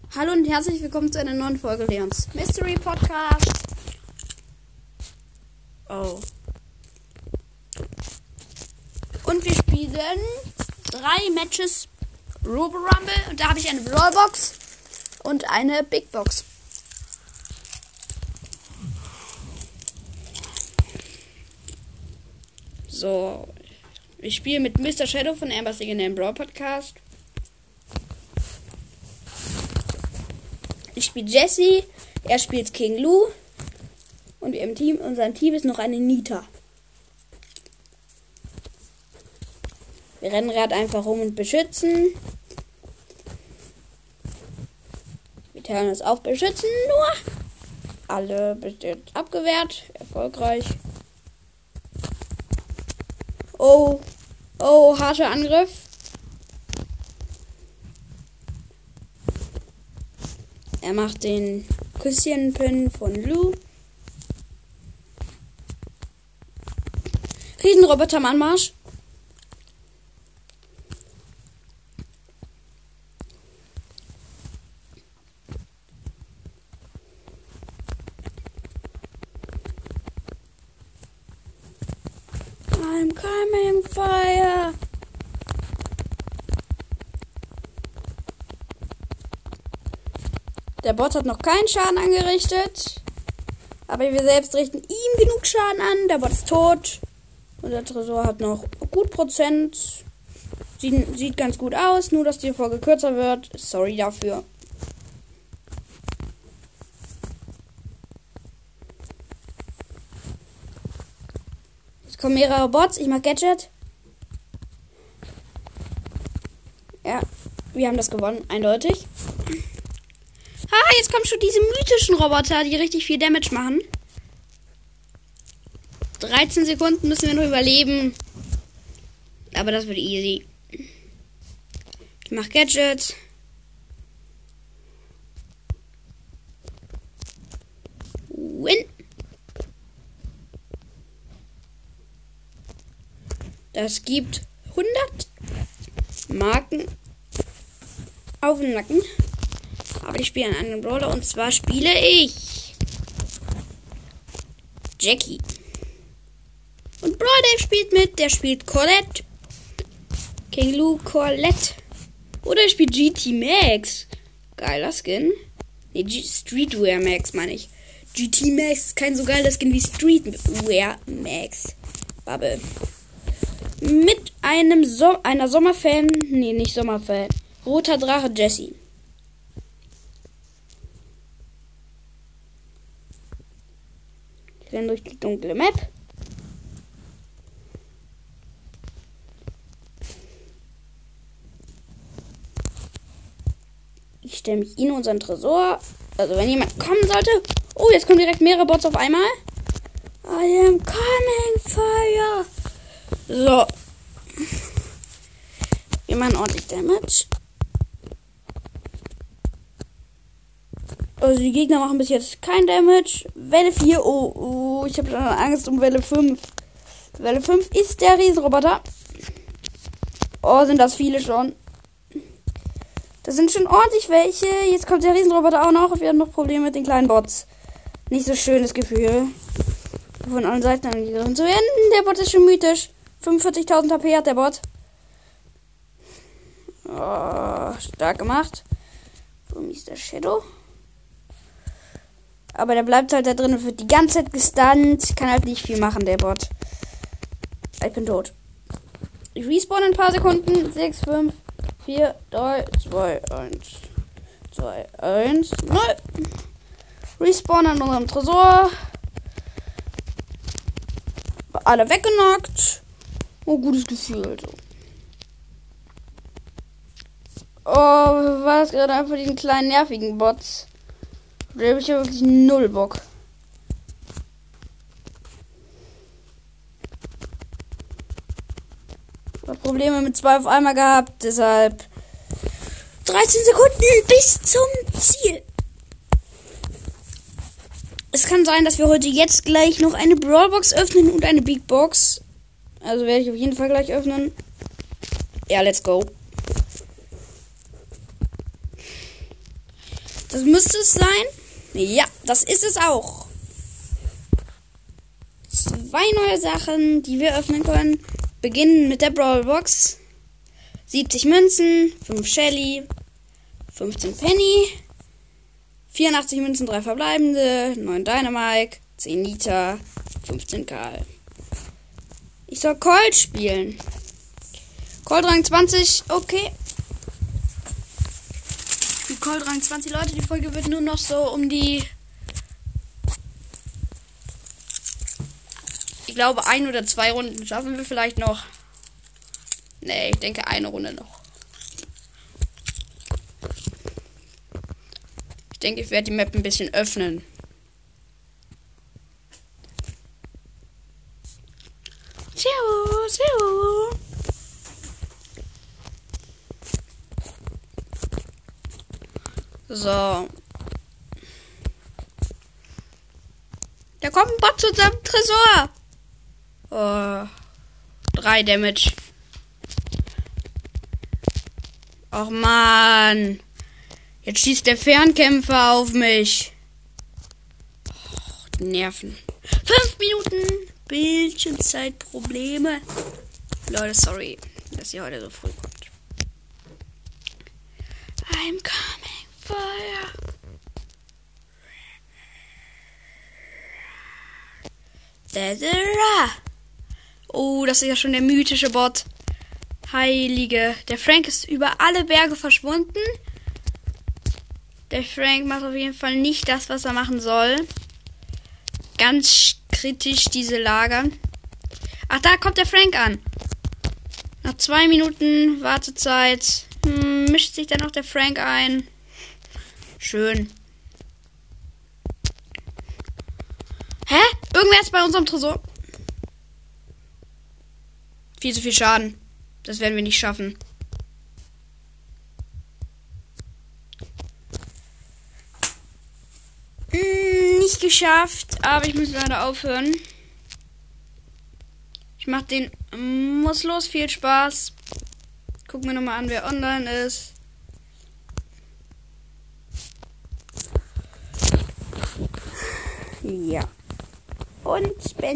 Hallo und herzlich willkommen zu einer neuen Folge Leons Mystery Podcast. Oh. Und wir spielen 3 Matches Robo Rumble. Und da habe ich eine Brawlbox und eine Big Box. So. Ich spiele mit Mr. Shadow von Amber's Legendary Brawl Podcast. Ich spiele Jesse, er spielt King Lou und unser Team ist noch eine Nita. Wir rennen gerade einfach rum und beschützen. Wir teilen uns auf beschützen nur. Alle bestimmt abgewehrt. Erfolgreich. Oh, harter Angriff. Er macht den Küsschen-Pin von Lou. Riesenroboter im Anmarsch. I'm coming, fire! Der Bot hat noch keinen Schaden angerichtet. Aber wir selbst richten ihm genug Schaden an. Der Bot ist tot. Und der Tresor hat noch gut Prozent. Sieht ganz gut aus. Nur, dass die Folge kürzer wird. Sorry dafür. Jetzt kommen mehrere Bots. Ich mach Gadget. Ja, wir haben das gewonnen. Eindeutig. Jetzt kommen schon diese mythischen Roboter, die richtig viel Damage machen. 13 Sekunden müssen wir nur überleben. Aber das wird easy. Ich mach Gadget. Win. Das gibt 100 Marken auf den Nacken. Aber ich spiele einen anderen Brawler und zwar spiele ich Jackie. Und Brawl Dave spielt mit, der spielt Colette. King Lou, Colette. Oder er spielt GT Max. Geiler Skin. Ne, Streetwear Max meine ich. GT Max ist kein so geiler Skin wie Streetwear Max. Bubble. Mit einer Sommerfan. Ne, nicht Sommerfan. Roter Drache Jessie. Rennen durch die dunkle Map. Ich stelle mich in unseren Tresor. Also wenn jemand kommen sollte. Oh, jetzt kommen direkt mehrere Bots auf einmal. I am coming, fire. So. Wir machen ordentlich Damage. Also die Gegner machen bis jetzt kein Damage. Welle 4. Oh, ich habe schon Angst um Welle 5. Welle 5 ist der Riesenroboter. Oh, sind das viele schon. Das sind schon ordentlich welche. Jetzt kommt der Riesenroboter auch noch. Wir haben noch Probleme mit den kleinen Bots. Nicht so schönes Gefühl. Von allen Seiten angegriffen zu werden. Der Bot ist schon mythisch. 45.000 HP hat der Bot. Oh, stark gemacht. Wo ist der Shadow? Aber der bleibt halt da drin und wird die ganze Zeit gestunt. Kann halt nicht viel machen, der Bot. Ich bin tot. Ich respawn in ein paar Sekunden. 6, 5, 4, 3, 2, 1. 2, 1, 0. Respawn an unserem Tresor. Alle weggenockt. Oh, gutes Gefühl. Also. Oh, war das gerade einfach diesen kleinen nervigen Bots. Da habe ich ja wirklich null Bock. Ich habe Probleme mit 2 auf einmal gehabt, deshalb 13 Sekunden bis zum Ziel. Es kann sein, dass wir heute jetzt gleich noch eine Brawlbox öffnen und eine Big Box. Also werde ich auf jeden Fall gleich öffnen. Ja, let's go. Das müsste es sein. Ja, das ist es auch. 2 neue Sachen, die wir öffnen können. Beginnen mit der Brawlbox. 70 Münzen, 5 Shelly, 15 Penny, 84 Münzen, 3 verbleibende, 9 Dynamike, 10 Nita, 15 Karl. Ich soll Colt spielen. Colt Rang 20, okay. Ich spiele Colt Rang 20, Leute. Die Folge wird nur noch so um die... Ich glaube, 1 oder 2 Runden schaffen wir vielleicht noch. Nee, ich denke 1 Runde noch. Ich denke, ich werde die Map ein bisschen öffnen. So. Da kommt ein Bot zu unserem Tresor. Oh, 3 Damage. Och man. Jetzt schießt der Fernkämpfer auf mich. Oh, die Nerven. 5 Minuten Bildschirmzeitprobleme. Leute, sorry, dass ihr heute so früh kommt. I'm coming for you. Oh, das ist ja schon der mythische Bot. Heilige. Der Frank ist über alle Berge verschwunden. Der Frank macht auf jeden Fall nicht das, was er machen soll. Ganz kritisch diese Lage. Ach, da kommt der Frank an. Nach 2 Minuten Wartezeit mischt sich dann noch der Frank ein. Schön. Hä? Irgendwer ist bei unserem Tresor. Viel zu viel Schaden. Das werden wir nicht schaffen. Nicht geschafft, aber ich muss leider aufhören. Ich mach den muss los, viel Spaß. Gucken wir nochmal an, wer online ist. Ja. Und Ben.